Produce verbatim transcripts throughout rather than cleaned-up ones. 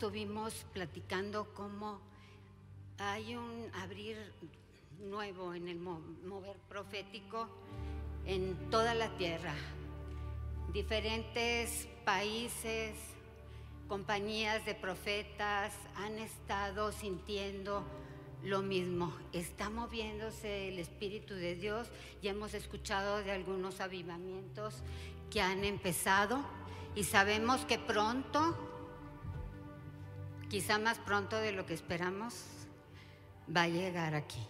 estuvimos platicando cómo hay un abrir nuevo en el mover profético en toda la tierra. Diferentes países, compañías de profetas han estado sintiendo lo mismo. Está moviéndose el Espíritu de Dios y hemos escuchado de algunos avivamientos que han empezado y sabemos que pronto, quizá más pronto de lo que esperamos, va a llegar aquí.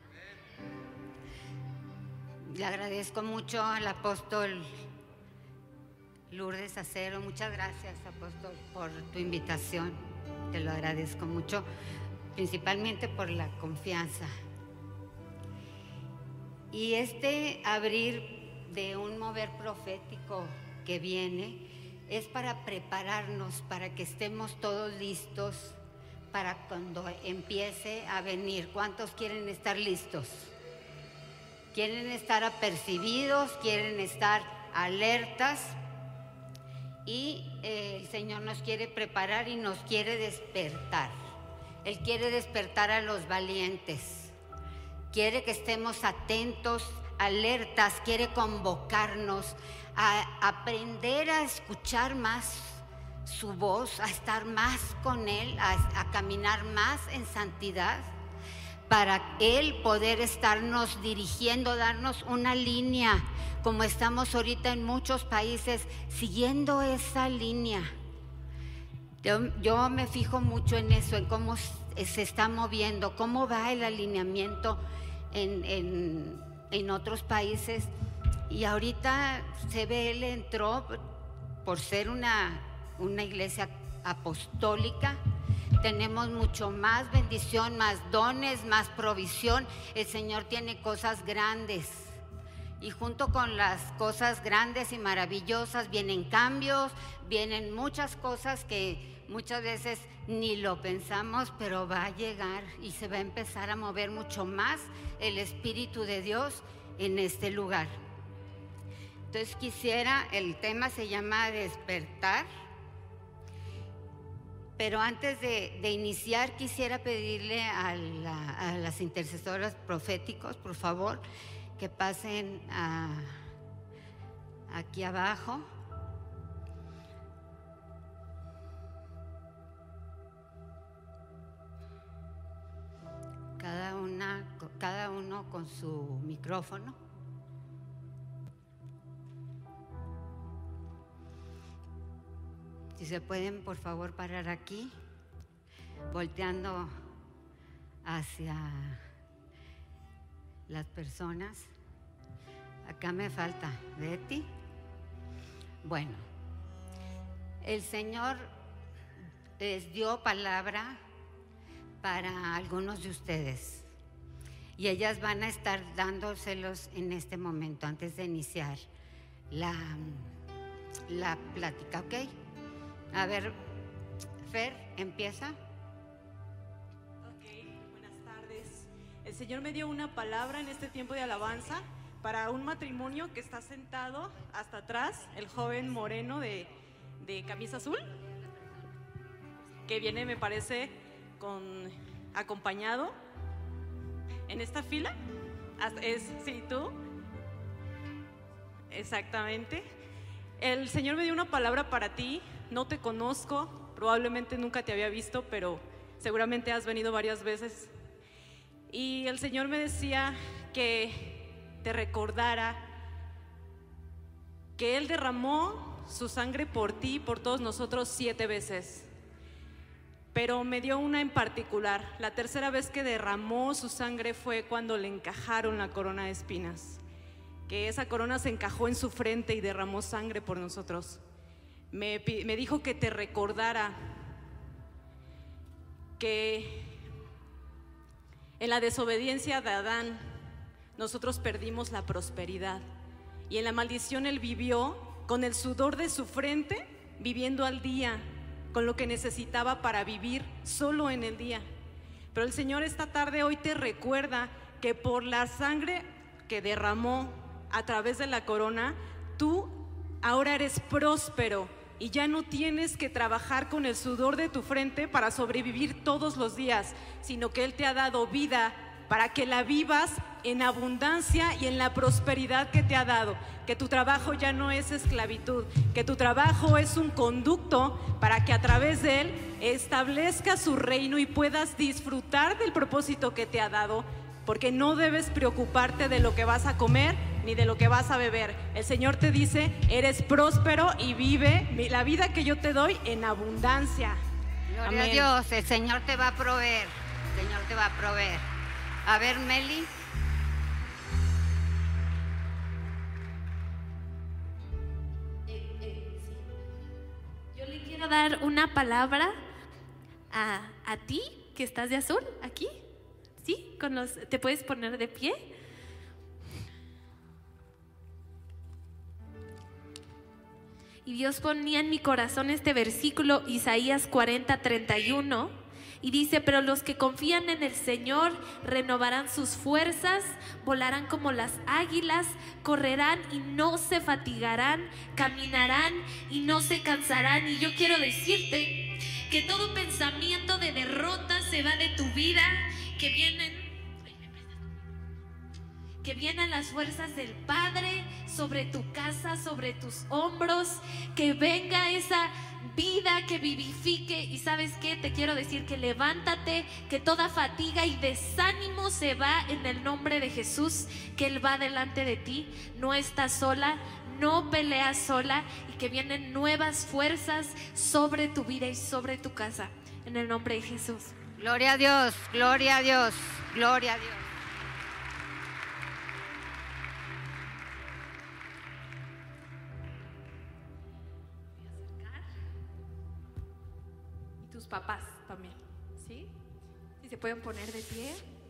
Le agradezco mucho al apóstol Lourdes Acero. Muchas gracias, apóstol, por tu invitación. Te lo agradezco mucho, principalmente por la confianza. Y este abrir de un mover profético que viene es para prepararnos, para que estemos todos listos para cuando empiece a venir. ¿Cuántos quieren estar listos? Quieren estar apercibidos, quieren estar alertas, y eh, el Señor nos quiere preparar y nos quiere despertar. Él quiere despertar a los valientes, quiere que estemos atentos, alertas, quiere convocarnos a aprender a escuchar más su voz, a estar más con Él, a, a caminar más en santidad, para Él poder estarnos dirigiendo, darnos una línea, como estamos ahorita en muchos países, siguiendo esa línea. Yo, yo me fijo mucho en eso, en cómo se está moviendo, cómo va el alineamiento en, en, en otros países. Y ahorita C B L entró por ser una, una iglesia apostólica. Tenemos mucho más bendición, más dones, más provisión. El Señor tiene cosas grandes. Y junto con las cosas grandes y maravillosas vienen cambios, vienen muchas cosas que muchas veces ni lo pensamos, pero va a llegar y se va a empezar a mover mucho más el Espíritu de Dios en este lugar. Entonces quisiera, el tema se llama despertar. Pero antes de, de iniciar, quisiera pedirle a, la, a las intercesoras proféticos, por favor, que pasen a, aquí abajo. Cada una, cada uno con su micrófono. Si se pueden, por favor, parar aquí, volteando hacia las personas. Acá me falta Betty. Bueno, el Señor les dio palabra para algunos de ustedes y ellas van a estar dándoselos en este momento, antes de iniciar la, la plática, ¿ok? A ver, Fer, empieza. Ok, buenas tardes. El Señor me dio una palabra en este tiempo de alabanza para un matrimonio que está sentado hasta atrás, el joven moreno de, de camisa azul, que viene, me parece, con acompañado en esta fila. Es, sí, tú. Exactamente. El Señor me dio una palabra para ti. No te conozco, probablemente nunca te había visto, pero seguramente has venido varias veces. Y el Señor me decía que te recordara que Él derramó su sangre por ti, por todos nosotros, siete veces. Pero me dio una en particular. La tercera vez que derramó su sangre fue cuando le encajaron la corona de espinas. Que esa corona se encajó en su frente y derramó sangre por nosotros. Me, me dijo que te recordara que en la desobediencia de Adán nosotros perdimos la prosperidad, y en la maldición él vivió con el sudor de su frente, viviendo al día, con lo que necesitaba para vivir solo en el día. Pero el Señor esta tarde hoy te recuerda que por la sangre que derramó a través de la corona, tú ahora eres próspero, y ya no tienes que trabajar con el sudor de tu frente para sobrevivir todos los días, sino que Él te ha dado vida para que la vivas en abundancia y en la prosperidad que te ha dado, que tu trabajo ya no es esclavitud, que tu trabajo es un conducto para que a través de él establezca su reino y puedas disfrutar del propósito que te ha dado, porque no debes preocuparte de lo que vas a comer ni de lo que vas a beber. El Señor te dice, eres próspero y vive la vida que yo te doy en abundancia. Gloria Amén. a Dios, el Señor te va a proveer, el Señor te va a proveer. A ver, Meli. Eh, eh, sí. Yo le quiero dar una palabra a, a ti, que estás de azul, aquí. ¿Sí? Con los, ¿te puedes poner de pie? Y Dios ponía en mi corazón este versículo, Isaías cuarenta, treinta y uno. Y dice, pero los que confían en el Señor renovarán sus fuerzas, volarán como las águilas, correrán y no se fatigarán, caminarán y no se cansarán. Y yo quiero decirte que todo pensamiento de derrota se va de tu vida, que vienen, que vienen las fuerzas del Padre sobre tu casa, sobre tus hombros, que venga esa vida que vivifique. Y ¿sabes qué? Te quiero decir que levántate, que toda fatiga y desánimo se va en el nombre de Jesús, que Él va delante de ti, no estás sola, no peleas sola, y que vienen nuevas fuerzas sobre tu vida y sobre tu casa, en el nombre de Jesús. Gloria a Dios, gloria a Dios, gloria a Dios. Tus papás también, ¿sí? Si se pueden poner de pie.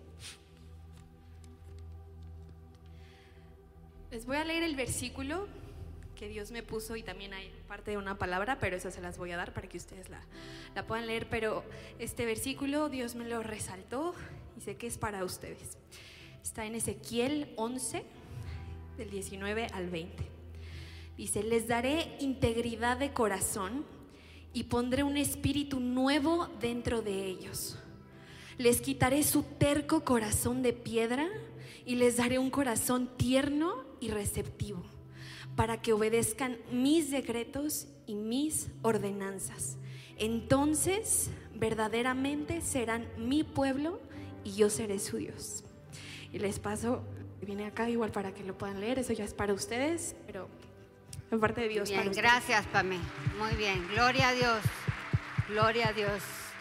Les voy a leer el versículo que Dios me puso, y también hay parte de una palabra, pero esa se las voy a dar para que ustedes la, la puedan leer. Pero este versículo Dios me lo resaltó y sé que es para ustedes. Está en Ezequiel once, del diecinueve al veinte. Dice, les daré integridad de corazón y pondré un espíritu nuevo dentro de ellos. Les quitaré su terco corazón de piedra y les daré un corazón tierno y receptivo, para que obedezcan mis decretos y mis ordenanzas. Entonces verdaderamente serán mi pueblo y yo seré su Dios. Y les paso, viene acá igual para que lo puedan leer, eso ya es para ustedes, pero en parte de Dios. Bien, para gracias, Pamé. Muy bien, gloria a Dios, gloria a Dios.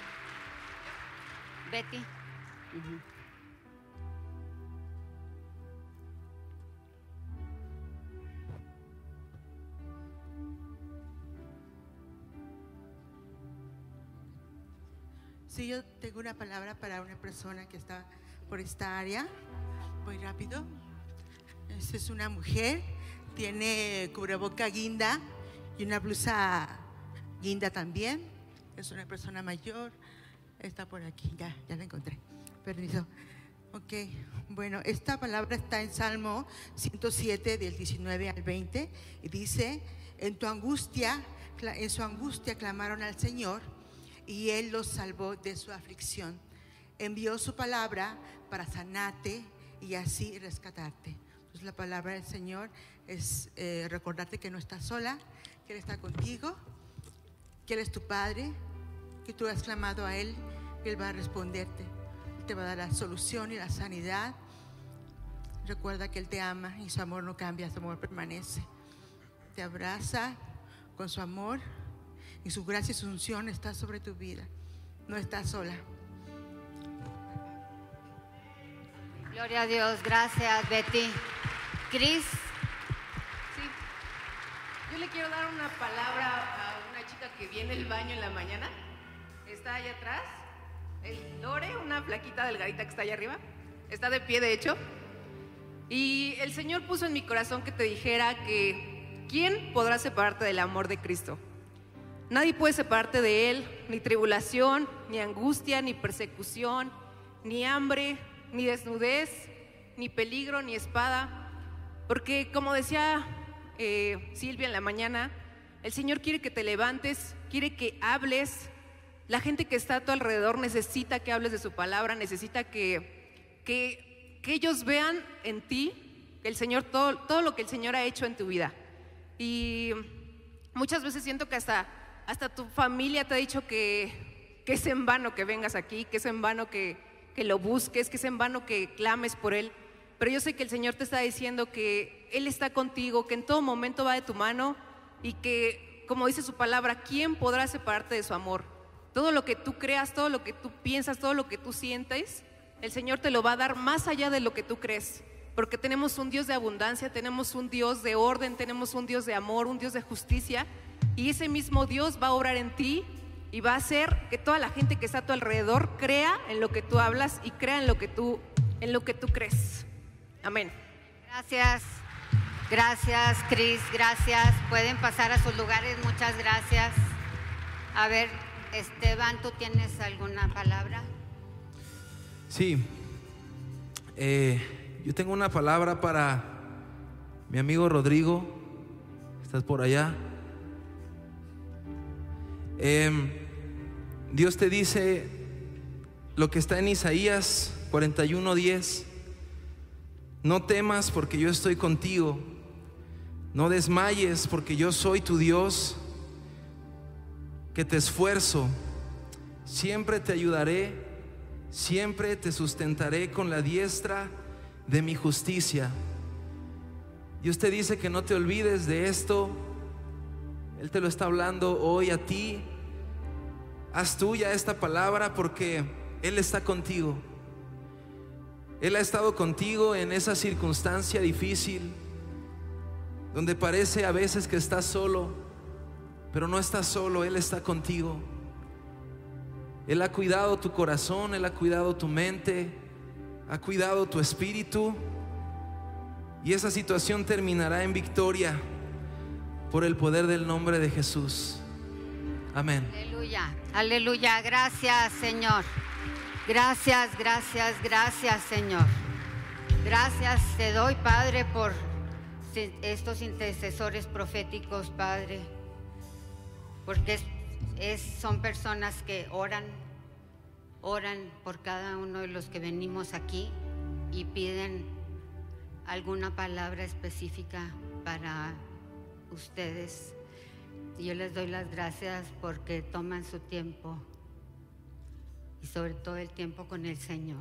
Betty. Uh-huh. Sí, yo tengo una palabra para una persona que está por esta área. Voy rápido. Esta es una mujer, tiene cubreboca guinda y una blusa guinda también. Es una persona mayor, está por aquí, ya, ya la encontré. Permiso. Ok, bueno, esta palabra está en Salmo ciento siete, del diecinueve al veinte, y dice, en tu angustia, en su angustia clamaron al Señor, y Él los salvó de su aflicción. Envió su palabra para sanarte y así rescatarte. Entonces la palabra del Señor es eh, recordarte que no estás sola, que Él está contigo, que Él es tu Padre, que tú has clamado a Él y Él va a responderte. Él te va a dar la solución y la sanidad. Recuerda que Él te ama y su amor no cambia, su amor permanece. Te abraza con su amor y su gracia y su unción está sobre tu vida. No estás sola. Gloria a Dios, gracias, Betty. Cris. Sí, yo le quiero dar una palabra a una chica que viene al baño en la mañana. Está allá atrás, el Lore, una plaquita delgadita que está allá arriba. Está de pie, de hecho. Y el Señor puso en mi corazón que te dijera que ¿quién podrá separarte del amor de Cristo? Nadie puede separarte de Él, ni tribulación, ni angustia, ni persecución, ni hambre, ni desnudez, ni peligro, ni espada. Porque como decía eh, Silvia en la mañana, El Señor quiere que te levantes, quiere que hables. La gente que está a tu alrededor necesita que hables de su palabra, necesita que, que, que ellos vean en ti que el Señor, todo, todo lo que el Señor ha hecho en tu vida. Y muchas veces siento que hasta, hasta tu familia te ha dicho que, que es en vano que vengas aquí, que es en vano que, que lo busques, que es en vano que clames por Él. Pero yo sé que el Señor te está diciendo que Él está contigo, que en todo momento va de tu mano y que, como dice su palabra, ¿quién podrá separarte de su amor? Todo lo que tú creas, todo lo que tú piensas, todo lo que tú sientes, el Señor te lo va a dar más allá de lo que tú crees. Porque tenemos un Dios de abundancia, tenemos un Dios de orden, tenemos un Dios de amor, un Dios de justicia. Y ese mismo Dios va a obrar en ti y va a hacer que toda la gente que está a tu alrededor crea en lo que tú hablas y crea en lo que tú, en lo que tú crees. Amén. Gracias, gracias Cris, gracias. Pueden pasar a sus lugares, muchas gracias. A ver, Esteban, ¿tú tienes alguna palabra? Sí, eh, yo tengo una palabra para mi amigo Rodrigo. ¿Estás por allá? Eh, Dios te dice lo que está en Isaías cuarenta y uno diez. No temas porque yo estoy contigo. No desmayes porque yo soy tu Dios, que te esfuerzo. Siempre te ayudaré, siempre te sustentaré con la diestra de mi justicia. Dios te dice que no te olvides de esto. Él te lo está hablando hoy a ti. Haz tuya esta palabra porque Él está contigo. Él ha estado contigo en esa circunstancia difícil, donde parece a veces que estás solo, pero no estás solo, Él está contigo. Él ha cuidado tu corazón, Él ha cuidado tu mente, ha cuidado tu espíritu, y esa situación terminará en victoria por el poder del nombre de Jesús. Amén. Aleluya, aleluya, gracias Señor. Gracias, gracias, gracias Señor. Gracias te doy, Padre, por estos intercesores proféticos, Padre, porque es, es, son personas que oran, oran por cada uno de los que venimos aquí y piden alguna palabra específica para ustedes. Y yo les doy las gracias porque toman su tiempo y sobre todo el tiempo con el Señor.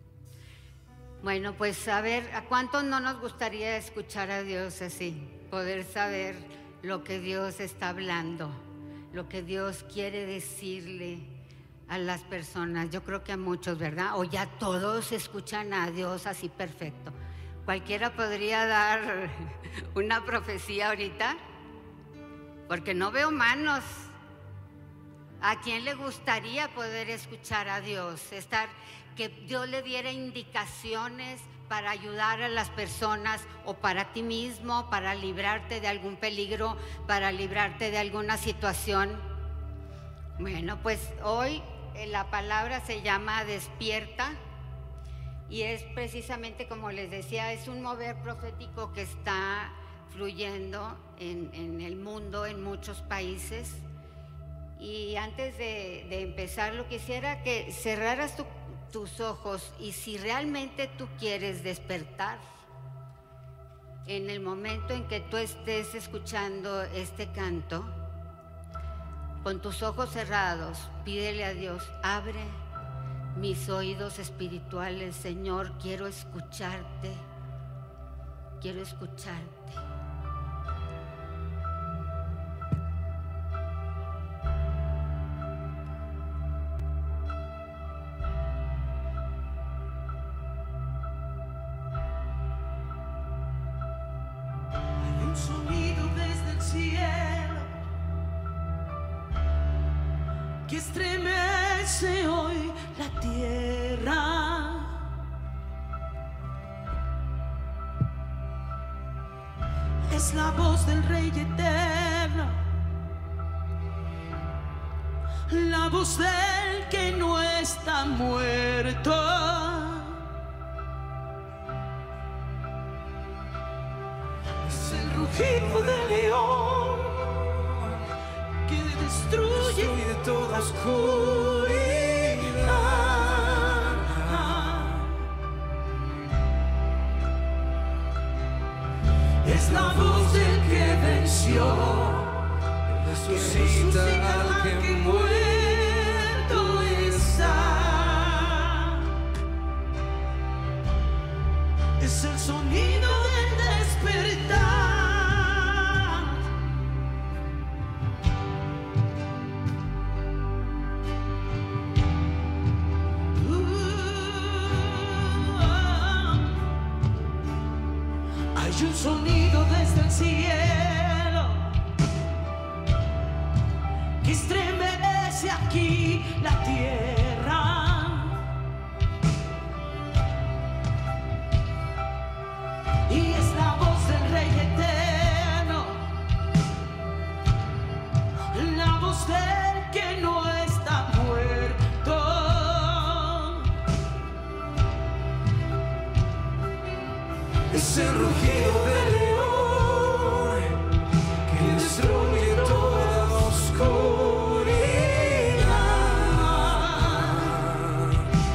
Bueno, pues a ver, ¿a cuántos no nos gustaría escuchar a Dios así? Poder saber lo que Dios está hablando, lo que Dios quiere decirle a las personas. Yo creo que a muchos, ¿verdad? O ya todos escuchan a Dios así perfecto. Cualquiera podría dar una profecía ahorita, porque no veo manos. ¿A quién le gustaría poder escuchar a Dios? Estar, que Dios le diera indicaciones para ayudar a las personas o para ti mismo, para librarte de algún peligro, para librarte de alguna situación. Bueno, pues hoy la palabra se llama despierta y es precisamente, como les decía, es un mover profético que está fluyendo en, en el mundo, en muchos países. Y antes de, de empezar, lo quisiera que cerraras tu, tus ojos, y si realmente tú quieres despertar, en el momento en que tú estés escuchando este canto, con tus ojos cerrados, pídele a Dios: abre mis oídos espirituales, Señor, quiero escucharte, quiero escucharte. Sonido desde el cielo que estremece hoy la tierra. Es la voz del Rey eterno, la voz del que no está muerto. Rugido de león destruye, destruye toda oscuridad. Es la voz del que venció, Resucita al que muerto está. Es el sonido del despertar. Uh, hay un sonido desde el cielo que estremece aquí la tierra. Y es la voz del Rey eterno, la voz del que no está muerto. es el rugido del león que destruye toda oscuridad.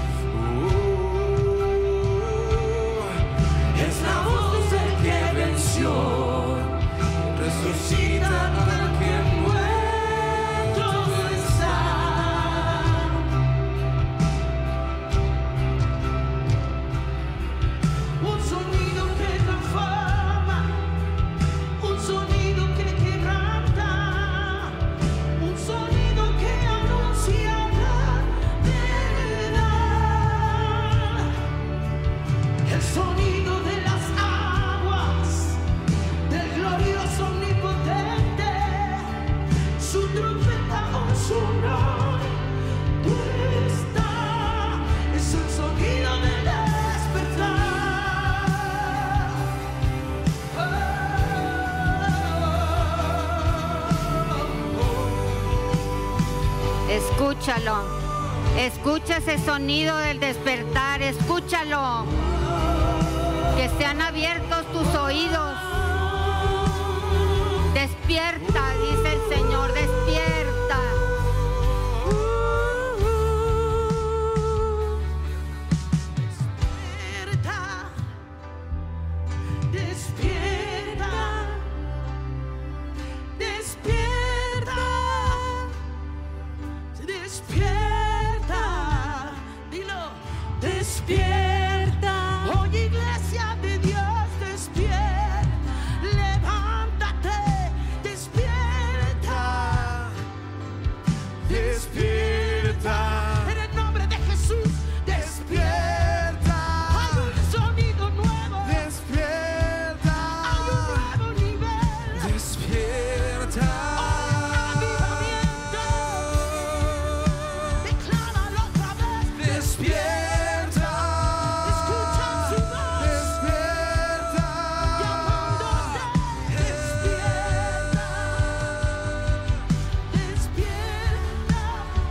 Oh, Es la voz del que venció, resucita al que muerto está. Un sonido que transforma, un sonido que quebranta, un sonido que anuncia la verdad. El sonido de las aguas, del glorioso omnipotente, su trompeta un sonar, tú estás, es el sonido del despertar. Escúchalo. Escucha ese sonido del despertar. Escúchalo. Que sean abiertos tus oídos. Despierta, dice el Señor, despierta. Despierta, despierta, despierta, despierta, dilo, despierta. Oye, iglesia de Dios, despierta, levántate, despierta, despierta. en el nombre de Jesús, despierta. Hay un sonido nuevo, Despierta, hay un nuevo nivel. despierta. Avivamiento. Decláralo otra vez. Despierta, Escucha su voz. despierta, Llamándote. Despierta. Despierta.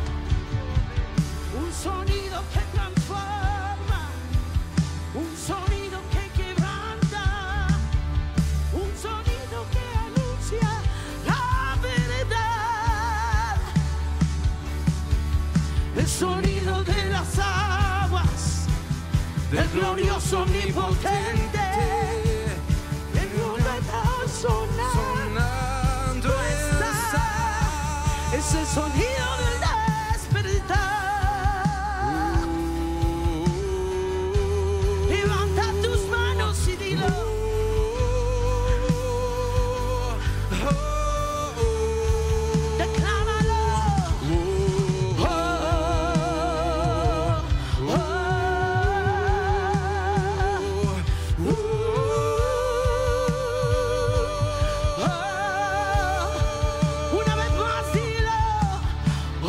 Un sonido que transforma. Un sonido que quebranta. Un sonido que anuncia la verdad. El sonido de las aguas, del glorioso omnipotente, en nueva sonar, sonando está. es el sonido del despertar. Levanta tus manos y dilo. Decláralo. Oh, oh, oh, oh. Una vez más dilo.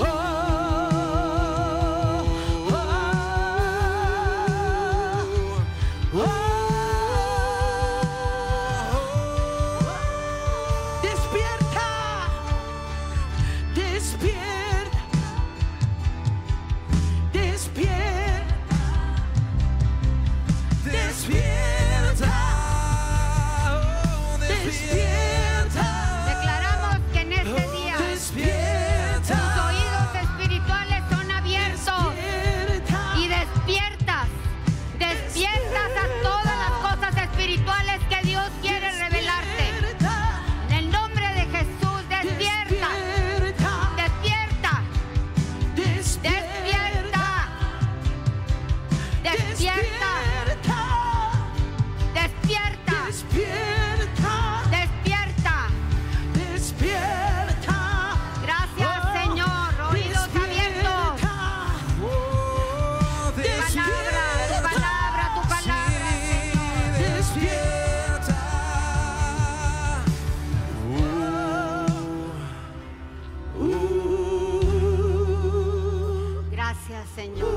Gracias, Señor.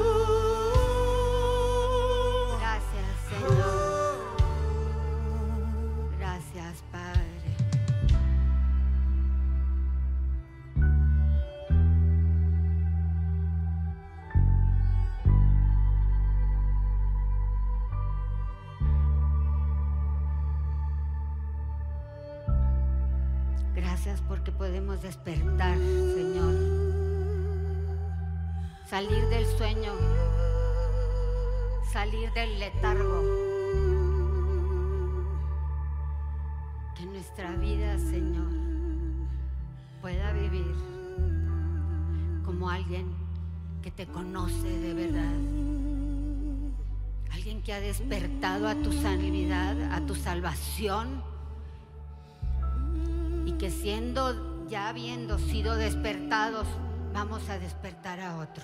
Gracias, Señor. Gracias, Padre. Gracias porque podemos despertar, Señor. Salir del sueño, salir del letargo. Que nuestra vida, Señor, pueda vivir como alguien que te conoce de verdad. Alguien que ha despertado a tu sanidad, a tu salvación. Y que siendo, ya habiendo sido despertados, vamos a despertar a otros.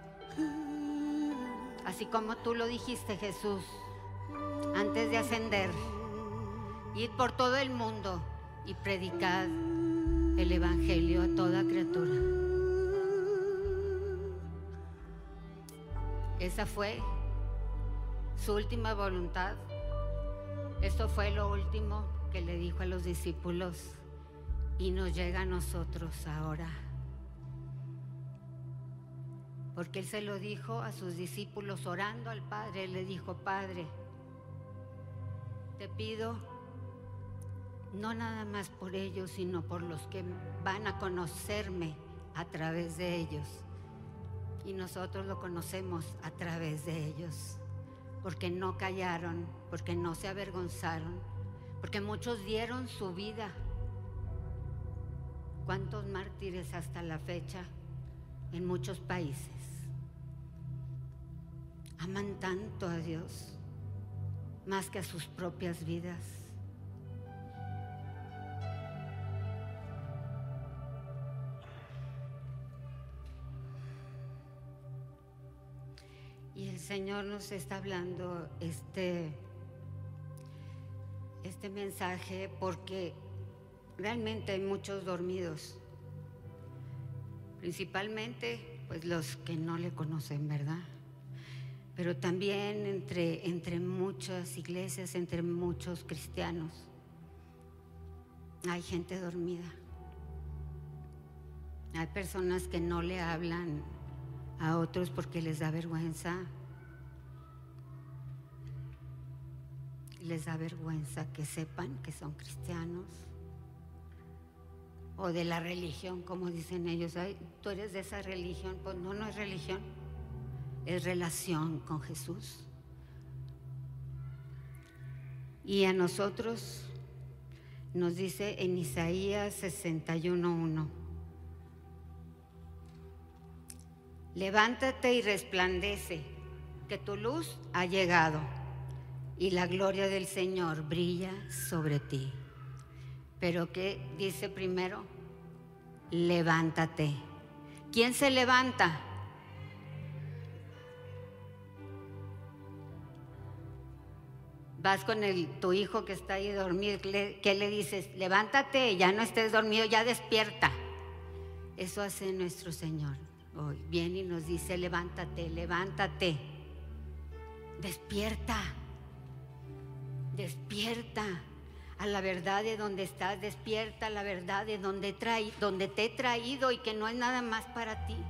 Así como tú lo dijiste, Jesús, antes de ascender, id por todo el mundo y predicad el evangelio a toda criatura. Esa fue su última voluntad. Esto fue lo último que le dijo a los discípulos y nos llega a nosotros ahora. Porque Él se lo dijo a sus discípulos orando al Padre. Él le dijo: Padre, te pido no nada más por ellos, sino por los que van a conocerme a través de ellos. Y nosotros lo conocemos a través de ellos. Porque no callaron, porque no se avergonzaron, porque muchos dieron su vida. ¿Cuántos mártires hasta la fecha en muchos países? Aman tanto a Dios, más que a sus propias vidas. Y el Señor nos está hablando este, este mensaje porque realmente hay muchos dormidos, principalmente pues los que no le conocen, ¿verdad? Pero también entre, entre muchas iglesias, entre muchos cristianos, hay gente dormida. Hay personas que no le hablan a otros porque les da vergüenza. Les da vergüenza que sepan que son cristianos. O de la religión, como dicen ellos. Ay, tú eres de esa religión. Pues no, no es religión. Es relación con Jesús. Y a nosotros nos dice en Isaías sesenta y uno uno: levántate y resplandece, que tu luz ha llegado y la gloria del Señor brilla sobre ti. Pero ¿qué dice primero? Levántate. ¿Quién se levanta? Vas con el, tu hijo que está ahí dormido, ¿qué le dices? Levántate, ya no estés dormido, ya despierta. Eso hace nuestro Señor hoy. Viene y nos dice: levántate, levántate. Despierta. Despierta a la verdad de donde estás, despierta a la verdad de donde, traí, donde te he traído y que no es nada más para ti.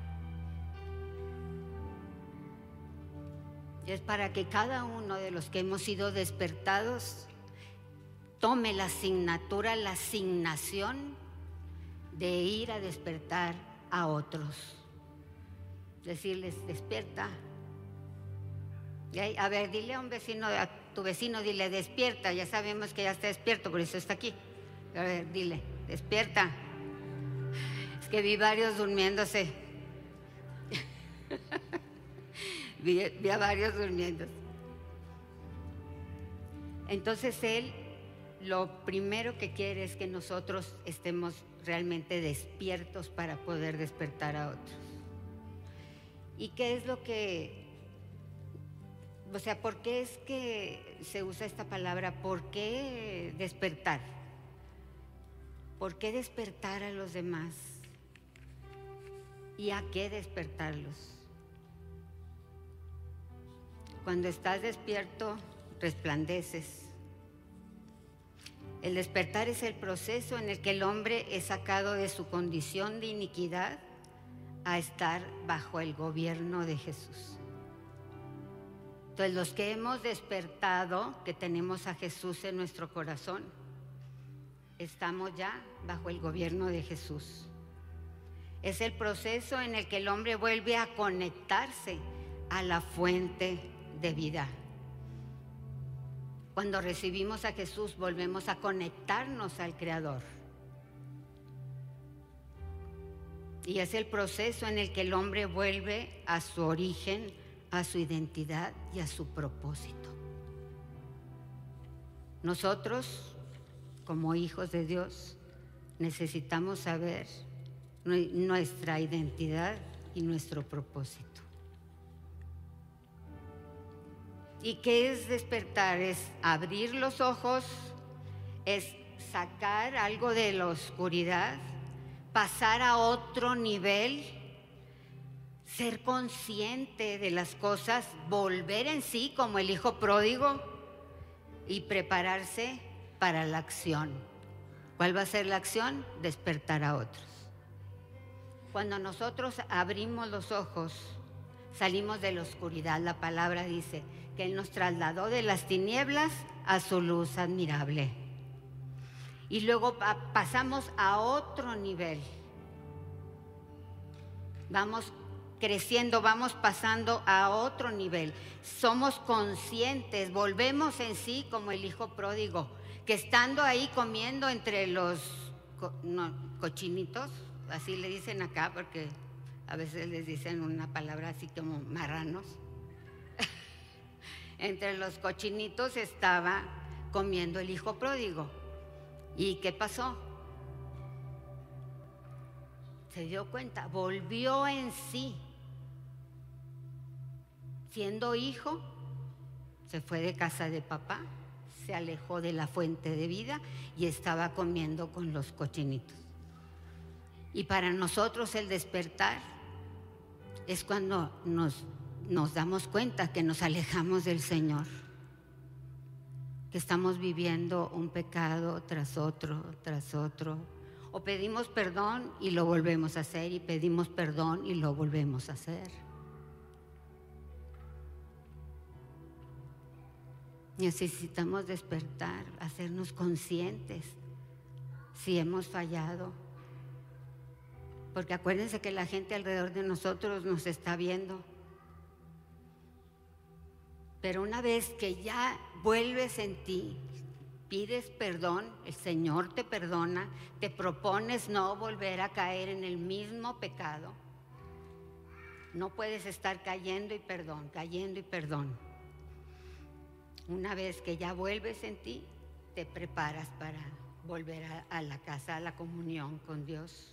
Es para que cada uno de los que hemos sido despertados tome la asignatura, la asignación de ir a despertar a otros. Decirles: despierta. A ver, dile a un vecino, a tu vecino, dile: despierta. Ya sabemos que ya está despierto, por eso está aquí. A ver, dile: despierta. Es que vi varios durmiéndose. vi, vi a varios durmiendo. Entonces Él lo primero que quiere es que nosotros estemos realmente despiertos para poder despertar a otros. ¿Y qué es lo que... O sea, ¿por qué es que se usa esta palabra? ¿Por qué despertar? ¿Por qué despertar a los demás? ¿Y a qué despertarlos? Cuando estás despierto, resplandeces. El despertar es el proceso en el que el hombre es sacado de su condición de iniquidad a estar bajo el gobierno de Jesús. Entonces, los que hemos despertado, que tenemos a Jesús en nuestro corazón, estamos ya bajo el gobierno de Jesús. Es el proceso en el que el hombre vuelve a conectarse a la fuente de vida. Cuando recibimos a Jesús, volvemos a conectarnos al Creador. Y es el proceso en el que el hombre vuelve a su origen, a su identidad y a su propósito. Nosotros, como hijos de Dios, necesitamos saber nuestra identidad y nuestro propósito. ¿Y qué es despertar? Es abrir los ojos, es sacar algo de la oscuridad, pasar a otro nivel, ser consciente de las cosas, volver en sí como el hijo pródigo y prepararse para la acción. ¿Cuál va a ser la acción? Despertar a otros. Cuando nosotros abrimos los ojos, salimos de la oscuridad. La palabra dice que Él nos trasladó de las tinieblas a su luz admirable. Y luego pasamos a otro nivel. Vamos creciendo, vamos pasando a otro nivel. Somos conscientes, volvemos en sí como el hijo pródigo, que estando ahí comiendo entre los co no, cochinitos, así le dicen acá porque a veces les dicen una palabra así como marranos. Entre los cochinitos estaba comiendo el hijo pródigo. ¿Y qué pasó? Se dio cuenta, volvió en sí. Siendo hijo, se fue de casa de papá, se alejó de la fuente de vida y estaba comiendo con los cochinitos. Y para nosotros el despertar es cuando nos, nos damos cuenta que nos alejamos del Señor, que estamos viviendo un pecado tras otro, tras otro, o pedimos perdón y lo volvemos a hacer, y pedimos perdón y lo volvemos a hacer. Necesitamos despertar, hacernos conscientes si hemos fallado. Porque acuérdense que la gente alrededor de nosotros nos está viendo. Pero una vez que ya vuelves en ti, pides perdón, el Señor te perdona, te propones no volver a caer en el mismo pecado. No puedes estar cayendo y perdón, cayendo y perdón. Una vez que ya vuelves en ti, te preparas para volver a, a la casa, a la comunión con Dios.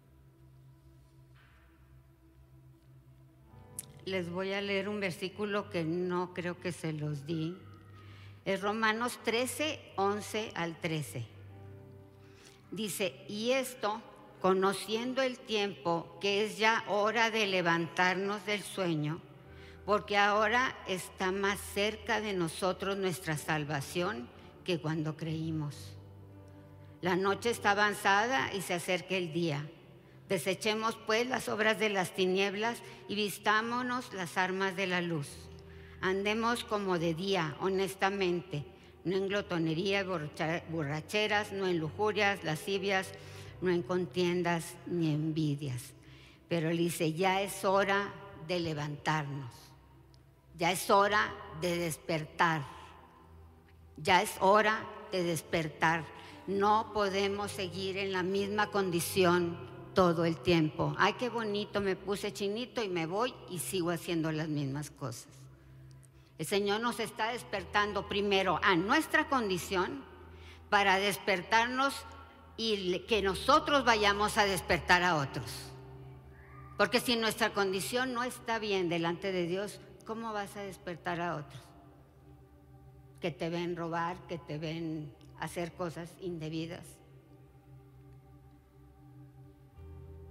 Les voy a leer un versículo que no creo que se los di. Es Romanos trece, once al trece. Dice, y esto, conociendo el tiempo, que es ya hora de levantarnos del sueño, porque ahora está más cerca de nosotros nuestra salvación que cuando creímos. La noche está avanzada y se acerca el día. Desechemos pues las obras de las tinieblas y vistámonos las armas de la luz. Andemos como de día, honestamente, no en glotonería, borracheras, no en lujurias, lascivias, no en contiendas ni envidias. Pero él dice, ya es hora de levantarnos, ya es hora de despertar, ya es hora de despertar. No podemos seguir en la misma condición todo el tiempo. Ay, qué bonito, me puse chinito y me voy y sigo haciendo las mismas cosas. El Señor nos está despertando primero a nuestra condición para despertarnos y que nosotros vayamos a despertar a otros. Porque si nuestra condición no está bien delante de Dios, ¿cómo vas a despertar a otros? Que te ven robar, que te ven hacer cosas indebidas.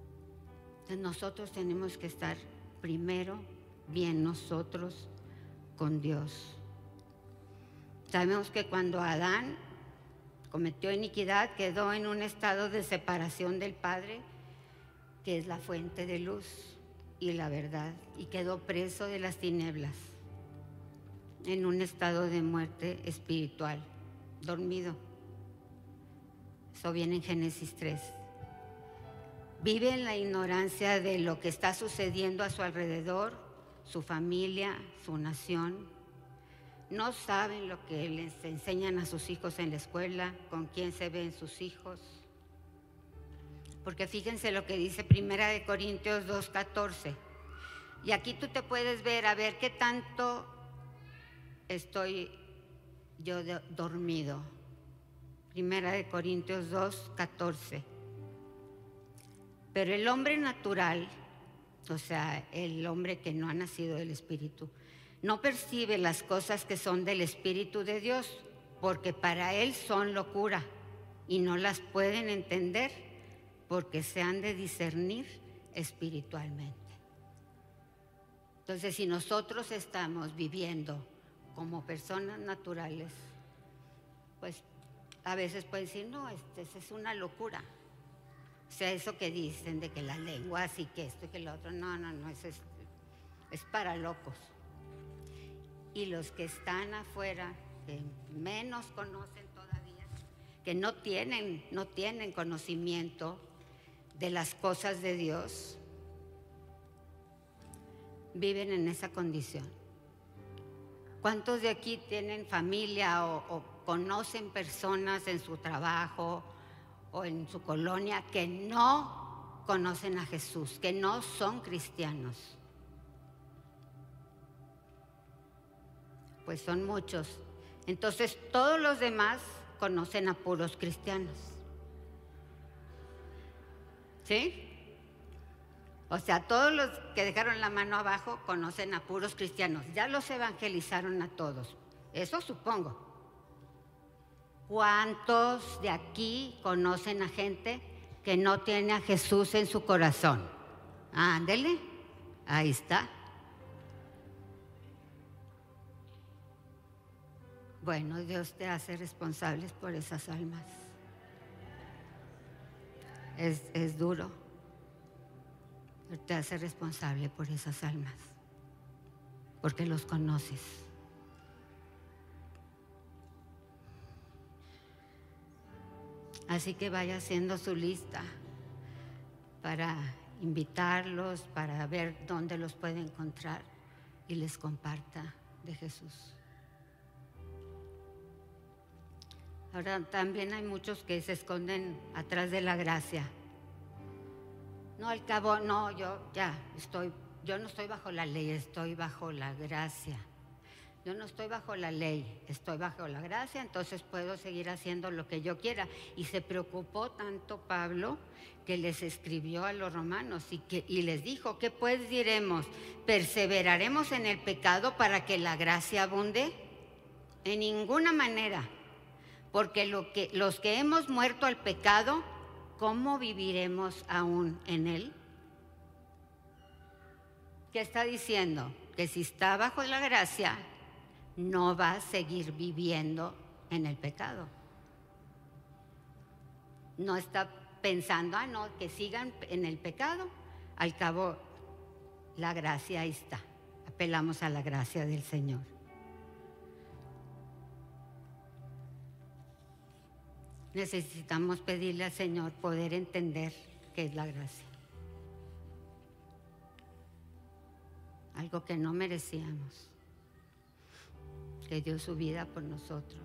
Entonces nosotros tenemos que estar primero bien nosotros con Dios. Sabemos que cuando Adán cometió iniquidad, quedó en un estado de separación del Padre, que es la fuente de luz y la verdad, y quedó preso de las tinieblas, en un estado de muerte espiritual, dormido. Eso viene en Génesis tres. Vive en la ignorancia de lo que está sucediendo a su alrededor, su familia, su nación. No saben lo que les enseñan a sus hijos en la escuela, con quién se ven sus hijos. Porque fíjense lo que dice Primera de Corintios dos catorce. Y aquí tú te puedes ver, a ver qué tanto estoy yo de, dormido. Primera de Corintios dos catorce. Pero el hombre natural, o sea, el hombre que no ha nacido del Espíritu, no percibe las cosas que son del Espíritu de Dios, porque para él son locura y no las pueden entender, porque se han de discernir espiritualmente. Entonces, si nosotros estamos viviendo como personas naturales, pues a veces pueden decir, no, este, es una locura. O sea, eso que dicen de que la lengua, así que esto y que lo otro, no, no, no, eso es, es para locos. Y los que están afuera, que menos conocen todavía, que no tienen, no tienen conocimiento de las cosas de Dios, viven en esa condición. ¿Cuántos de aquí tienen familia o, o conocen personas en su trabajo o en su colonia que no conocen a Jesús, que no son cristianos? Pues son muchos. Entonces todos los demás conocen a puros cristianos. ¿Sí? O sea, todos los que dejaron la mano abajo conocen a puros cristianos. Ya los evangelizaron a todos. Eso supongo. ¿Cuántos de aquí conocen a gente que no tiene a Jesús en su corazón? Ándele, ahí está. Bueno, Dios te hace responsables por esas almas. Es, es duro, pero te hace responsable por esas almas, porque los conoces. Así que vaya haciendo su lista para invitarlos, para ver dónde los puede encontrar y les comparta de Jesús. Ahora también hay muchos que se esconden atrás de la gracia. No, al cabo, no, yo ya estoy, yo no estoy bajo la ley, estoy bajo la gracia. Yo no estoy bajo la ley, estoy bajo la gracia, entonces puedo seguir haciendo lo que yo quiera. Y se preocupó tanto Pablo que les escribió a los romanos y, que, y les dijo, ¿qué pues diremos? ¿Perseveraremos en el pecado para que la gracia abunde? En ninguna manera. Porque lo que, los que hemos muerto al pecado, ¿cómo viviremos aún en él? ¿Qué está diciendo? Que si está bajo la gracia, no va a seguir viviendo en el pecado. No está pensando, ah, no, que sigan en el pecado. Al cabo, la gracia ahí está. Apelamos a la gracia del Señor. Necesitamos pedirle al Señor poder entender qué es la gracia. Algo que no merecíamos, que dio su vida por nosotros.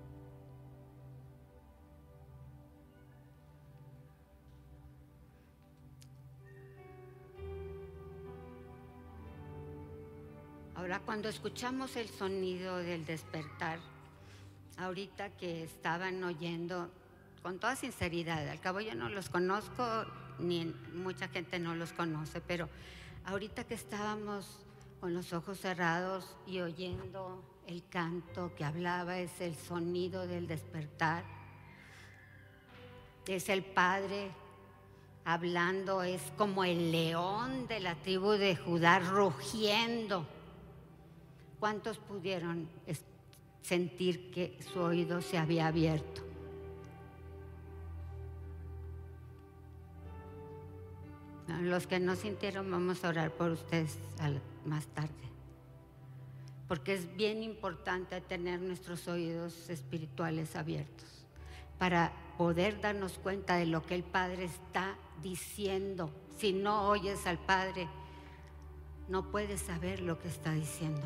Ahora, cuando escuchamos el sonido del despertar, ahorita que estaban oyendo, con toda sinceridad, al cabo yo no los conozco, ni mucha gente no los conoce, pero ahorita que estábamos con los ojos cerrados y oyendo el canto que hablaba, es el sonido del despertar, es el Padre hablando, es como el león de la tribu de Judá rugiendo ¿Cuántos pudieron es- sentir que su oído se había abierto? No, los que no sintieron, vamos a orar por ustedes al- más tarde. Porque es bien importante tener nuestros oídos espirituales abiertos para poder darnos cuenta de lo que el Padre está diciendo. Si no oyes al Padre, no puedes saber lo que está diciendo.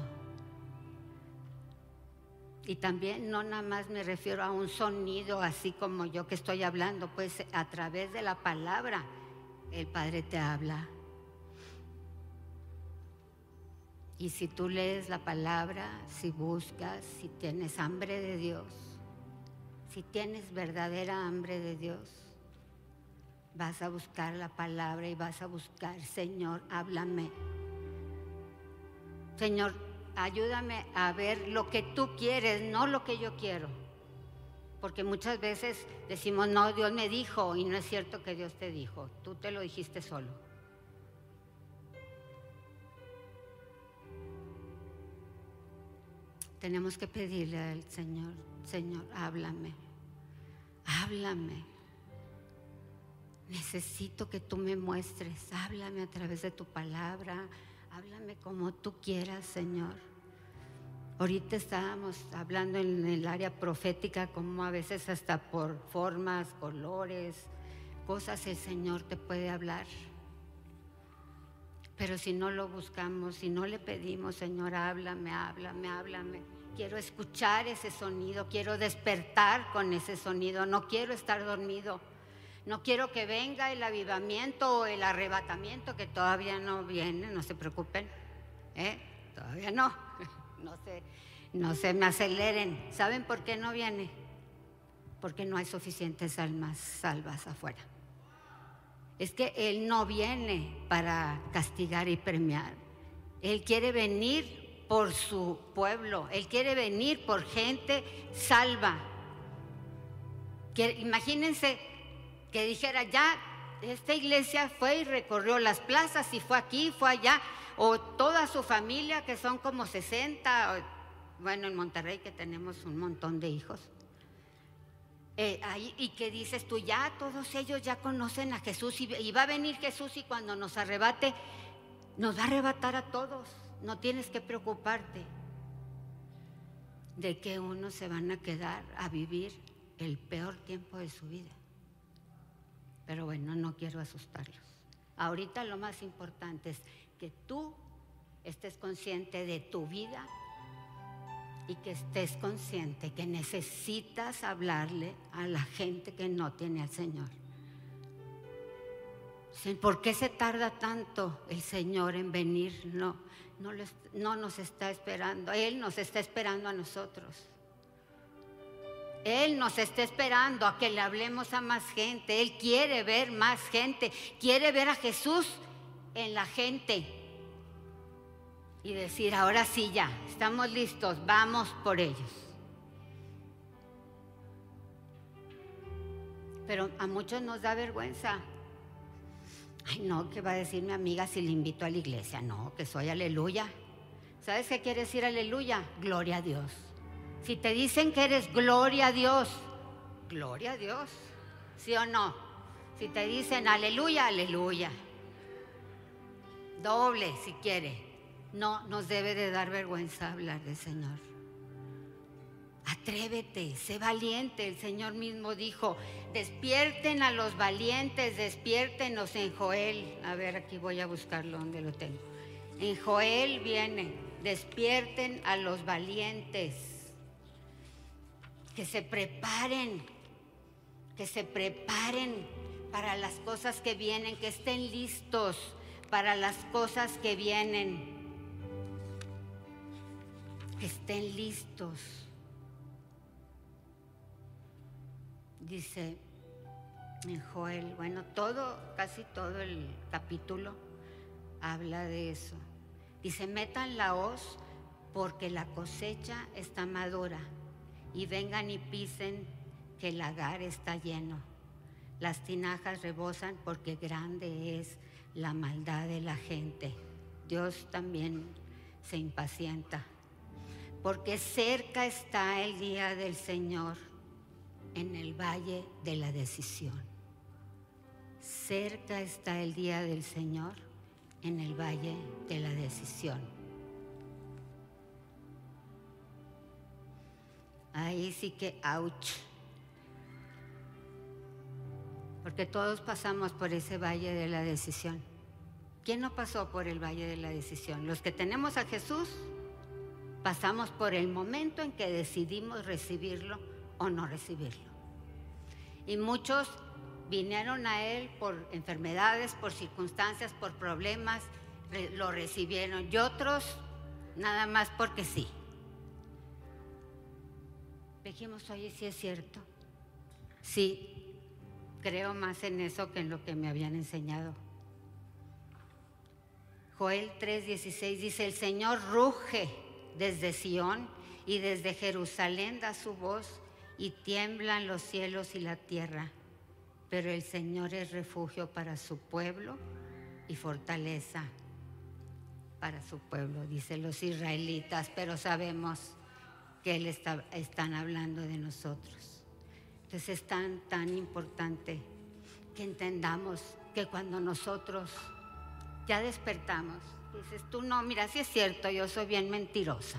Y también no nada más me refiero a un sonido así como yo que estoy hablando, pues a través de la palabra el Padre te habla. Y si tú lees la palabra, si buscas, si tienes hambre de Dios, si tienes verdadera hambre de Dios, vas a buscar la palabra y vas a buscar, Señor, háblame. Señor, ayúdame a ver lo que tú quieres, no lo que yo quiero. Porque muchas veces decimos, no, Dios me dijo, y no es cierto que Dios te dijo, tú te lo dijiste solo. Tenemos que pedirle al Señor, Señor, háblame, háblame. Necesito que tú me muestres, háblame a través de tu palabra, háblame como tú quieras, Señor. Ahorita estábamos hablando en el área profética, como a veces hasta por formas, colores, cosas el Señor te puede hablar. Pero si no lo buscamos, si no le pedimos, Señor, háblame, háblame, háblame. Quiero escuchar ese sonido, quiero despertar con ese sonido, no quiero estar dormido. No quiero que venga el avivamiento o el arrebatamiento, que todavía no viene, no se preocupen, ¿eh? Todavía no, no se, no se me aceleren. ¿Saben por qué no viene? Porque no hay suficientes almas salvas afuera. Es que Él no viene para castigar y premiar. Él quiere venir por su pueblo, Él quiere venir por gente salva. Que, imagínense que dijera, ya esta iglesia fue y recorrió las plazas y fue aquí, fue allá, o toda su familia, que son como sesenta, o, bueno, en Monterrey que tenemos un montón de hijos, eh, ahí, y que dices tú, ya todos ellos ya conocen a Jesús, y, y va a venir Jesús, y cuando nos arrebate, nos va a arrebatar a todos. No tienes que preocuparte de que unos se van a quedar a vivir el peor tiempo de su vida. Pero bueno, no quiero asustarlos. Ahorita lo más importante es que tú estés consciente de tu vida y que estés consciente que necesitas hablarle a la gente que no tiene al Señor. ¿Por qué se tarda tanto el Señor en venir? No, no, lo, no nos está esperando. Él nos está esperando a nosotros. Él nos está esperando a que le hablemos a más gente. Él quiere ver más gente. Quiere ver a Jesús en la gente. Y decir, ahora sí ya, estamos listos, vamos por ellos. Pero a muchos nos da vergüenza. Ay, no, ¿qué va a decir mi amiga si le invito a la iglesia? No, que soy aleluya. ¿Sabes qué quiere decir aleluya? Gloria a Dios. Si te dicen que eres gloria a Dios, gloria a Dios, ¿sí o no? Si te dicen aleluya, aleluya. Doble si quiere. No nos debe de dar vergüenza hablar del Señor. Atrévete, sé valiente. El Señor mismo dijo, despierten a los valientes, despiértenos en Joel. A ver, aquí voy a buscarlo donde lo tengo. En Joel viene, despierten a los valientes. Que se preparen, que se preparen para las cosas que vienen, que estén listos para las cosas que vienen, que estén listos. Dice en Joel, bueno, todo, casi todo el capítulo habla de eso. Dice, metan la hoz porque la cosecha está madura. Y vengan y pisen que el lagar está lleno. Las tinajas rebosan porque grande es la maldad de la gente. Dios también se impacienta porque cerca está el día del Señor en el valle de la decisión. Cerca está el día del Señor en el valle de la decisión. Ahí sí que ouch. Porque todos pasamos por ese valle de la decisión. ¿Quién no pasó por el valle de la decisión? Los que tenemos a Jesús, pasamos por el momento en que decidimos recibirlo o no recibirlo. Y muchos vinieron a Él por enfermedades, por circunstancias, por problemas, lo recibieron. Y otros nada más porque sí. Dijimos, oye, sí es cierto. Sí, creo más en eso que en lo que me habían enseñado. Joel tres dieciséis dice, el Señor ruge desde Sión y desde Jerusalén da su voz y tiemblan los cielos y la tierra. Pero el Señor es refugio para su pueblo y fortaleza para su pueblo, dicen los israelitas, pero sabemos que Él está, están hablando de nosotros. Entonces es tan, tan importante que entendamos que cuando nosotros ya despertamos, dices tú, no, mira, sí es cierto, yo soy bien mentirosa.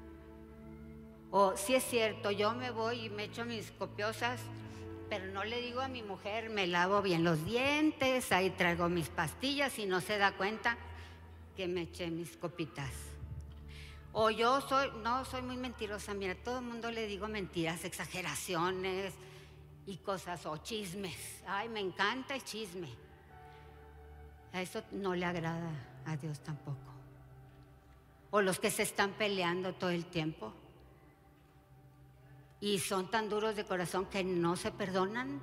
O sí es cierto, yo me voy y me echo mis copiosas, pero no le digo a mi mujer, me lavo bien los dientes, ahí traigo mis pastillas y no se da cuenta que me eché mis copitas. O yo soy, no, soy muy mentirosa, mira, a todo el mundo le digo mentiras, exageraciones y cosas, o chismes. Ay, me encanta el chisme. A eso no le agrada a Dios tampoco. O los que se están peleando todo el tiempo y son tan duros de corazón que no se perdonan.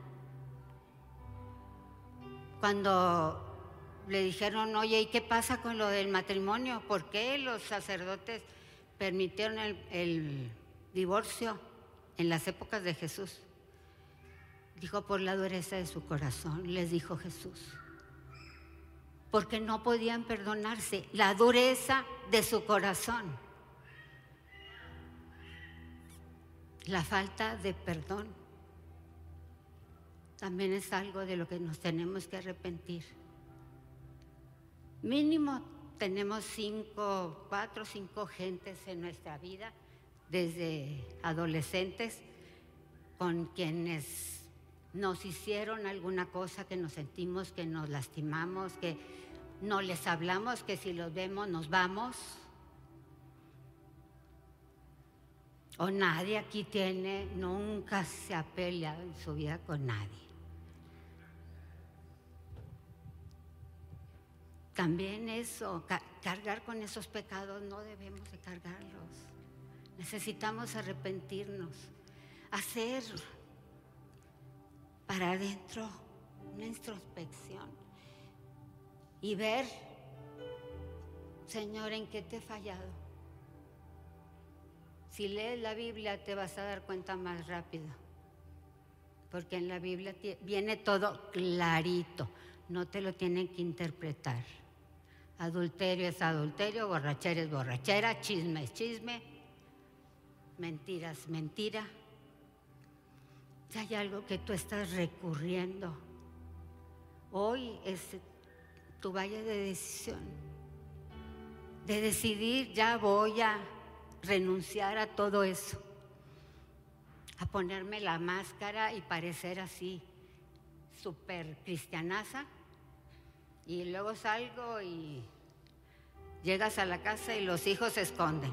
Cuando le dijeron, oye, ¿y qué pasa con lo del matrimonio? ¿Por qué los sacerdotes permitieron el, el divorcio en las épocas de Jesús? Dijo, por la dureza de su corazón, les dijo Jesús. Porque no podían perdonarse, la dureza de su corazón. La falta de perdón también es algo de lo que nos tenemos que arrepentir. Mínimo tenemos cinco, cuatro o cinco gentes en nuestra vida, desde adolescentes, con quienes nos hicieron alguna cosa que nos sentimos que nos lastimamos, que no les hablamos, que si los vemos nos vamos. O nadie aquí tiene, nunca se ha peleado en su vida con nadie. También eso, ca- cargar con esos pecados, no debemos de cargarlos. Necesitamos arrepentirnos, hacer para adentro una introspección y ver, Señor, ¿en qué te he fallado? Si lees la Biblia te vas a dar cuenta más rápido, porque en la Biblia viene todo clarito, no te lo tienen que interpretar. Adulterio es adulterio, borrachera es borrachera, chisme es chisme, mentira es mentira. Si hay algo que tú estás recurriendo, hoy es tu valle de decisión, de decidir, ya voy a renunciar a todo eso, a ponerme la máscara y parecer así, súper cristianaza, y luego salgo y llegas a la casa y los hijos se esconden.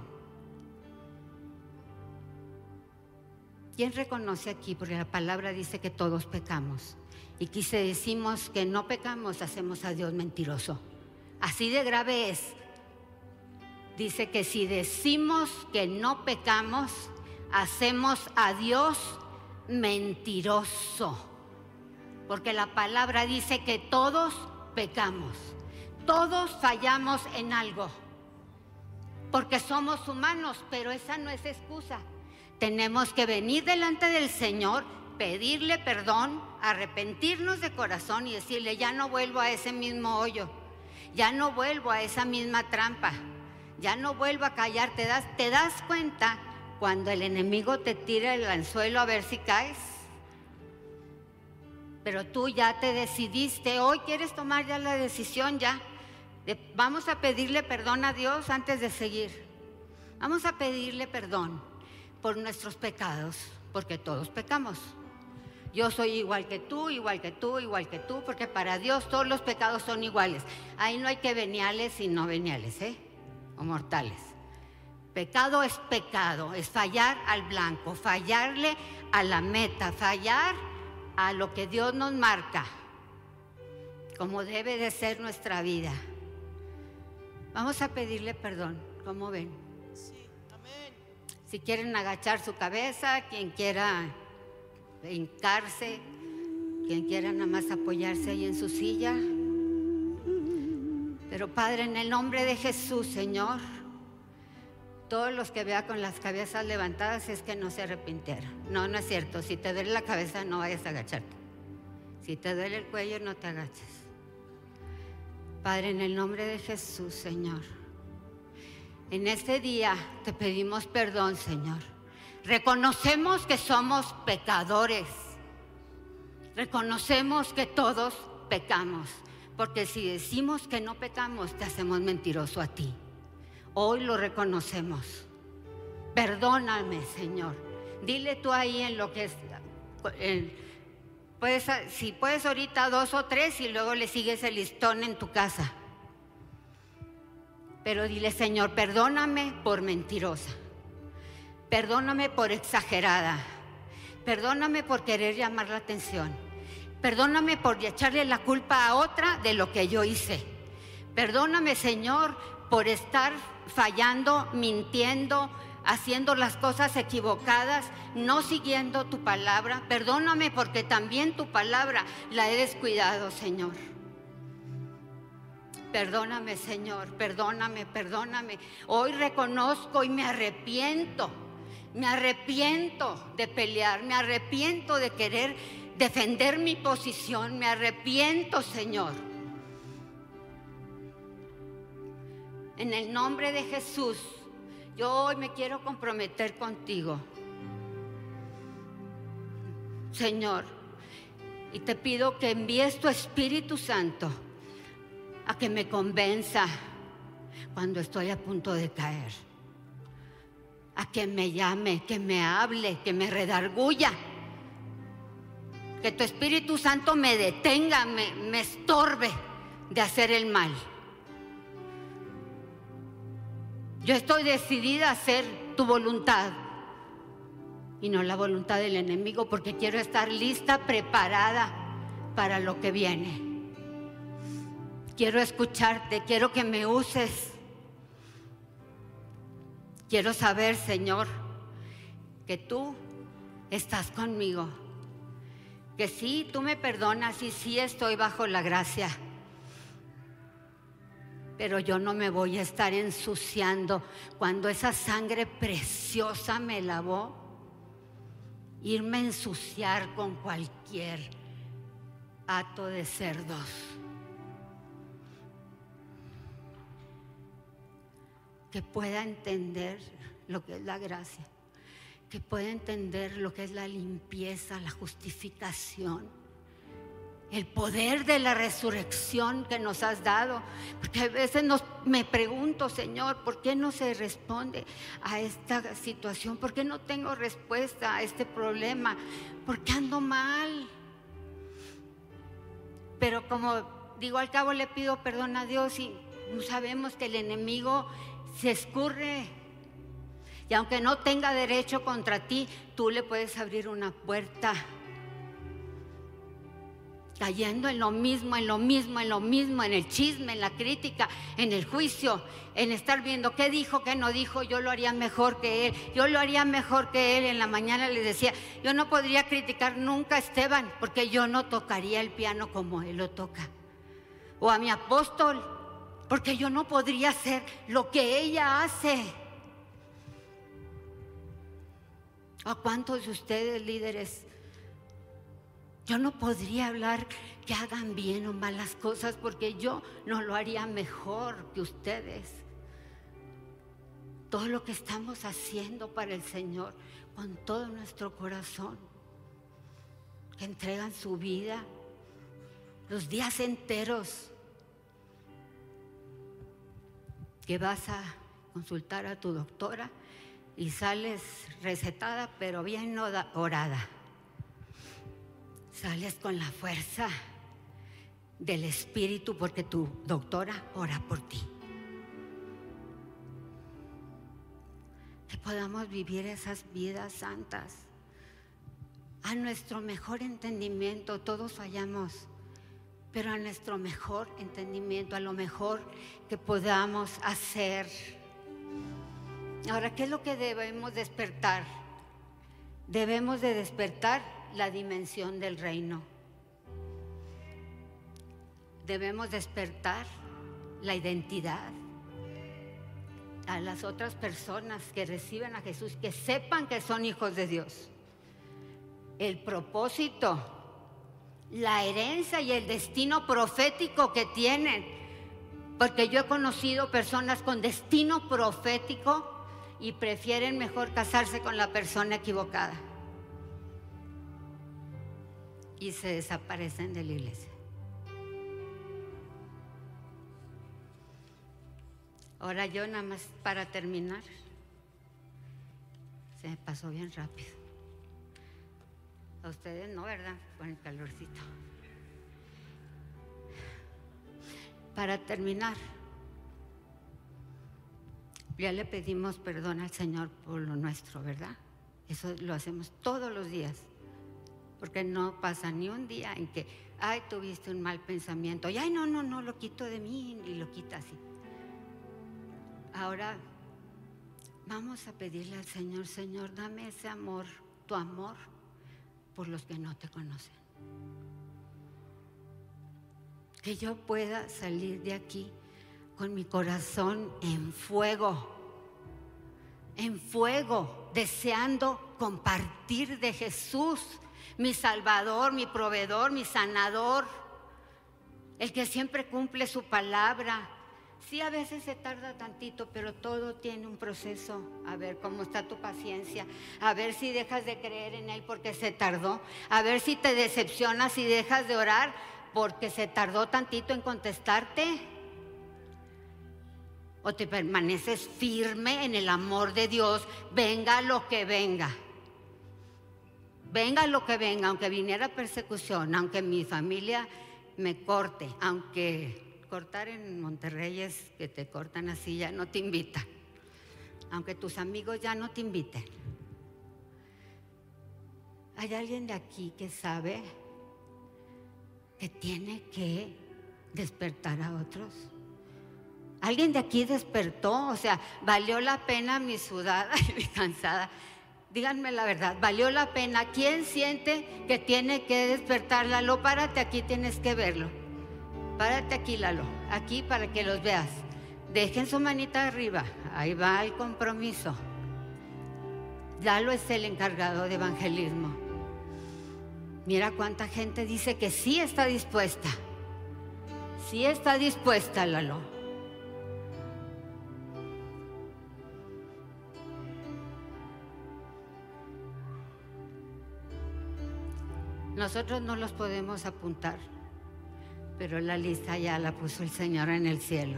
¿Quién reconoce aquí? Porque la palabra dice que todos pecamos, y que si decimos que no pecamos, hacemos a Dios mentiroso. Así de grave es. Dice que si decimos que no pecamos, hacemos a Dios mentiroso. Porque la palabra dice que todos pecamos, todos fallamos en algo, porque somos humanos, pero esa no es excusa. Tenemos que venir delante del Señor, pedirle perdón, arrepentirnos de corazón y decirle, ya no vuelvo a ese mismo hoyo, ya no vuelvo a esa misma trampa, ya no vuelvo a callar. ¿Te das, te das cuenta cuando el enemigo te tira el anzuelo a ver si caes? Pero tú ya te decidiste, hoy quieres tomar ya la decisión ya. De, vamos a pedirle perdón a Dios antes de seguir. Vamos a pedirle perdón por nuestros pecados, porque todos pecamos. Yo soy igual que tú, igual que tú, igual que tú, porque para Dios todos los pecados son iguales. Ahí no hay que veniales y no veniales, ¿eh? O mortales. Pecado es pecado, es fallar al blanco, fallarle a la meta, fallar a lo que Dios nos marca, como debe de ser nuestra vida. Vamos a pedirle perdón, ¿cómo ven? Sí, amén. Si quieren agachar su cabeza, quien quiera hincarse, quien quiera nada más apoyarse ahí en su silla. Pero Padre, en el nombre de Jesús, Señor, todos los que vean con las cabezas levantadas es que no se arrepintieron. No, no es cierto. Si te duele la cabeza, no vayas a agacharte. Si te duele el cuello, no te agaches. Padre, en el nombre de Jesús, Señor, en este día te pedimos perdón, Señor. Reconocemos que somos pecadores. Reconocemos que todos pecamos. Porque si decimos que no pecamos, te hacemos mentiroso a ti. Hoy lo reconocemos. Perdóname, Señor. Dile tú ahí en lo que es. En, puedes, si puedes ahorita dos o tres y luego le sigues el listón en tu casa. Pero dile, Señor, perdóname por mentirosa. Perdóname por exagerada. Perdóname por querer llamar la atención. Perdóname por echarle la culpa a otra de lo que yo hice. Perdóname, Señor, por estar fallando, mintiendo, haciendo las cosas equivocadas, no siguiendo tu palabra. Perdóname porque también tu palabra la he descuidado, Señor. Perdóname, Señor, perdóname, perdóname. Hoy reconozco y me arrepiento. Me arrepiento de pelear, me arrepiento de querer defender mi posición, me arrepiento, Señor. En el nombre de Jesús, yo hoy me quiero comprometer contigo, Señor, y te pido que envíes tu Espíritu Santo a que me convenza cuando estoy a punto de caer, a que me llame, que me hable, que me redarguya, que tu Espíritu Santo me detenga, me, me estorbe de hacer el mal. Yo estoy decidida a hacer tu voluntad y no la voluntad del enemigo, porque quiero estar lista, preparada para lo que viene. Quiero escucharte, quiero que me uses. Quiero saber, Señor, que tú estás conmigo, que sí, tú me perdonas y sí estoy bajo la gracia. Pero yo no me voy a estar ensuciando cuando esa sangre preciosa me lavó. Irme a ensuciar con cualquier hato de cerdos. Que pueda entender lo que es la gracia. Que pueda entender lo que es la limpieza, la justificación. El poder de la resurrección que nos has dado. Porque a veces nos, me pregunto, Señor, ¿por qué no se responde a esta situación? ¿Por qué no tengo respuesta a este problema? ¿Por qué ando mal? Pero como digo, al cabo le pido perdón a Dios y sabemos que el enemigo se escurre. Y aunque no tenga derecho contra ti, tú le puedes abrir una puerta. Cayendo en lo mismo, en lo mismo, en lo mismo, en el chisme, en la crítica, en el juicio, en estar viendo qué dijo, qué no dijo. Yo lo haría mejor que él, yo lo haría mejor que él. En la mañana le decía, yo no podría criticar nunca a Esteban, porque yo no tocaría el piano como él lo toca. O a mi apóstol, porque yo no podría hacer lo que ella hace. ¿A cuántos de ustedes, líderes? Yo no podría hablar que hagan bien o malas cosas porque yo no lo haría mejor que ustedes. todo lo que estamos haciendo para el Señor con todo nuestro corazón, que entregan su vida, los días enteros, que vas a consultar a tu doctora y sales recetada pero bien orada, sales con la fuerza del Espíritu porque tu doctora ora por ti. Que podamos vivir esas vidas santas a nuestro mejor entendimiento. Todos fallamos, pero a nuestro mejor entendimiento, a lo mejor que podamos hacer. Ahora, ¿qué es lo que debemos despertar? Debemos de despertar la dimensión del reino. Debemos despertar la identidad a las otras personas que reciben a Jesús, que sepan que son hijos de Dios. El propósito, la herencia y el destino profético que tienen, porque yo he conocido personas con destino profético y prefieren mejor casarse con la persona equivocada y se desaparecen de la iglesia. Ahora yo nada más para terminar, se me pasó bien rápido. A ustedes no, ¿verdad? Con el calorcito. Para terminar, ya le pedimos perdón al Señor por lo nuestro, ¿verdad? Eso lo hacemos todos los días, porque no pasa ni un día en que, ay, tuviste un mal pensamiento, y ay, no, no, no, lo quito de mí y lo quita así. Ahora vamos a pedirle al Señor, Señor, dame ese amor, tu amor por los que no te conocen. Que yo pueda salir de aquí con mi corazón en fuego, en fuego, deseando compartir de Jesús, mi Salvador, mi proveedor, mi sanador, el que siempre cumple su palabra. Sí, a veces se tarda tantito, pero todo tiene un proceso. A ver cómo está tu paciencia, a ver si dejas de creer en Él porque se tardó, a ver si te decepcionas y dejas de orar porque se tardó tantito en contestarte, o te permaneces firme en el amor de Dios, venga lo que venga. Venga lo que venga, aunque viniera persecución, aunque mi familia me corte, aunque cortar en Monterrey es que te cortan así, ya no te invitan, aunque tus amigos ya no te inviten. ¿Hay alguien de aquí que sabe que tiene que despertar a otros? ¿Alguien de aquí despertó? O sea, ¿valió la pena mi sudada y mi cansada? Díganme la verdad, ¿valió la pena? ¿Quién siente que tiene que despertar? Lalo, párate aquí, tienes que verlo. Párate aquí, Lalo, aquí para que los veas. Dejen su manita arriba, ahí va el compromiso. Lalo es el encargado de evangelismo. Mira cuánta gente dice que sí está dispuesta. Sí está dispuesta, Lalo. Nosotros no los podemos apuntar, pero la lista ya la puso el Señor en el cielo.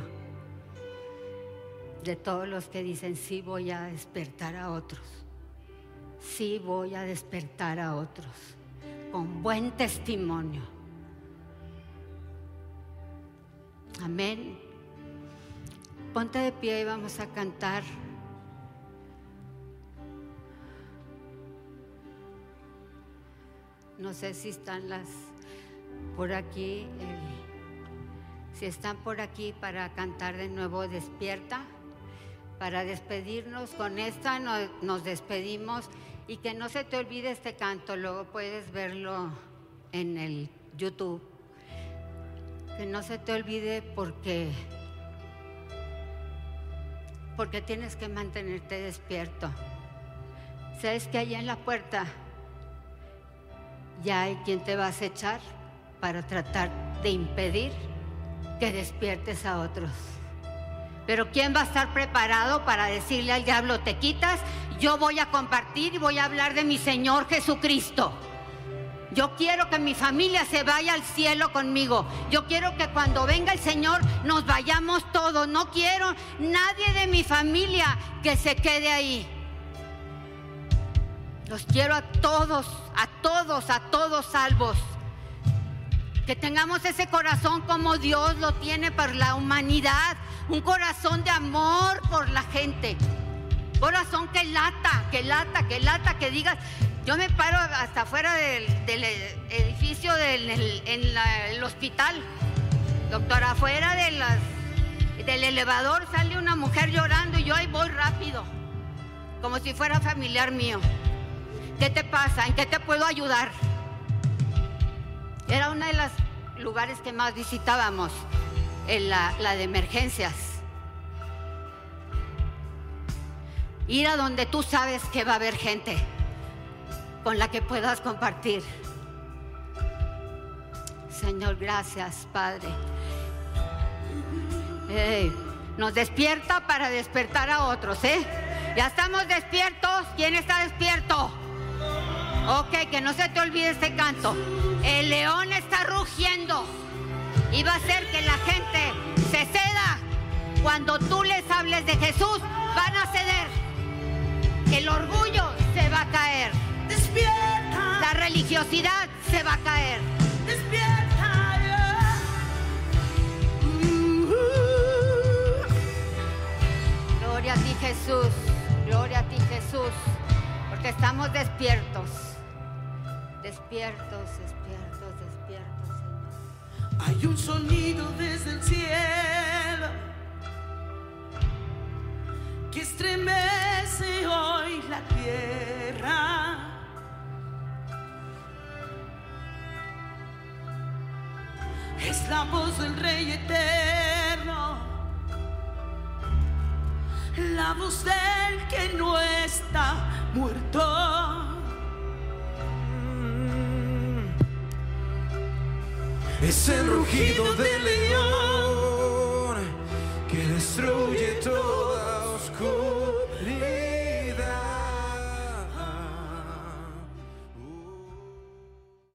De todos los que dicen, sí voy a despertar a otros. Sí voy a despertar a otros. Con buen testimonio. Amén. Ponte de pie y vamos a cantar. No sé si están las por aquí, eh, si están por aquí para cantar de nuevo Despierta, para despedirnos con esta, nos, nos despedimos y que no se te olvide este canto, luego puedes verlo en el YouTube, que no se te olvide porque, porque tienes que mantenerte despierto. Sabes que allá en la puerta ya hay quien te va a acechar para tratar de impedir que despiertes a otros. Pero ¿quién va a estar preparado para decirle al diablo, te quitas? Yo voy a compartir y voy a hablar de mi Señor Jesucristo. Yo quiero que mi familia se vaya al cielo conmigo. Yo quiero que cuando venga el Señor nos vayamos todos. No quiero nadie de mi familia que se quede ahí. Los quiero a todos, a todos, a todos salvos. Que tengamos ese corazón como Dios lo tiene por la humanidad. Un corazón de amor por la gente. Corazón que lata, que lata, que lata, que digas... Yo me paro hasta afuera del, del edificio del en la, el hospital. Doctora, afuera de las, del elevador sale una mujer llorando y yo ahí voy rápido. Como si fuera familiar mío. ¿Qué te pasa? ¿En qué te puedo ayudar? Era uno de los lugares que más visitábamos, en la, la de emergencias. Ir a donde tú sabes que va a haber gente con la que puedas compartir. Señor, gracias, Padre. Hey, nos despierta para despertar a otros, ¿eh? ¿Ya estamos despiertos? ¿Quién está despierto? Ok, que no se te olvide este canto. El león está rugiendo y va a hacer que la gente se ceda. Cuando tú les hables de Jesús, van a ceder. El orgullo se va a caer. Despierta. La religiosidad se va a caer. Despierta. Yeah. Uh, uh. Gloria a ti, Jesús. Gloria a ti, Jesús. Porque estamos despiertos. Despiertos, despiertos, despiertos, Señor. Hay un sonido desde el cielo que estremece hoy la tierra. Es la voz del Rey eterno, la voz del que no está muerto. Es el rugido del león.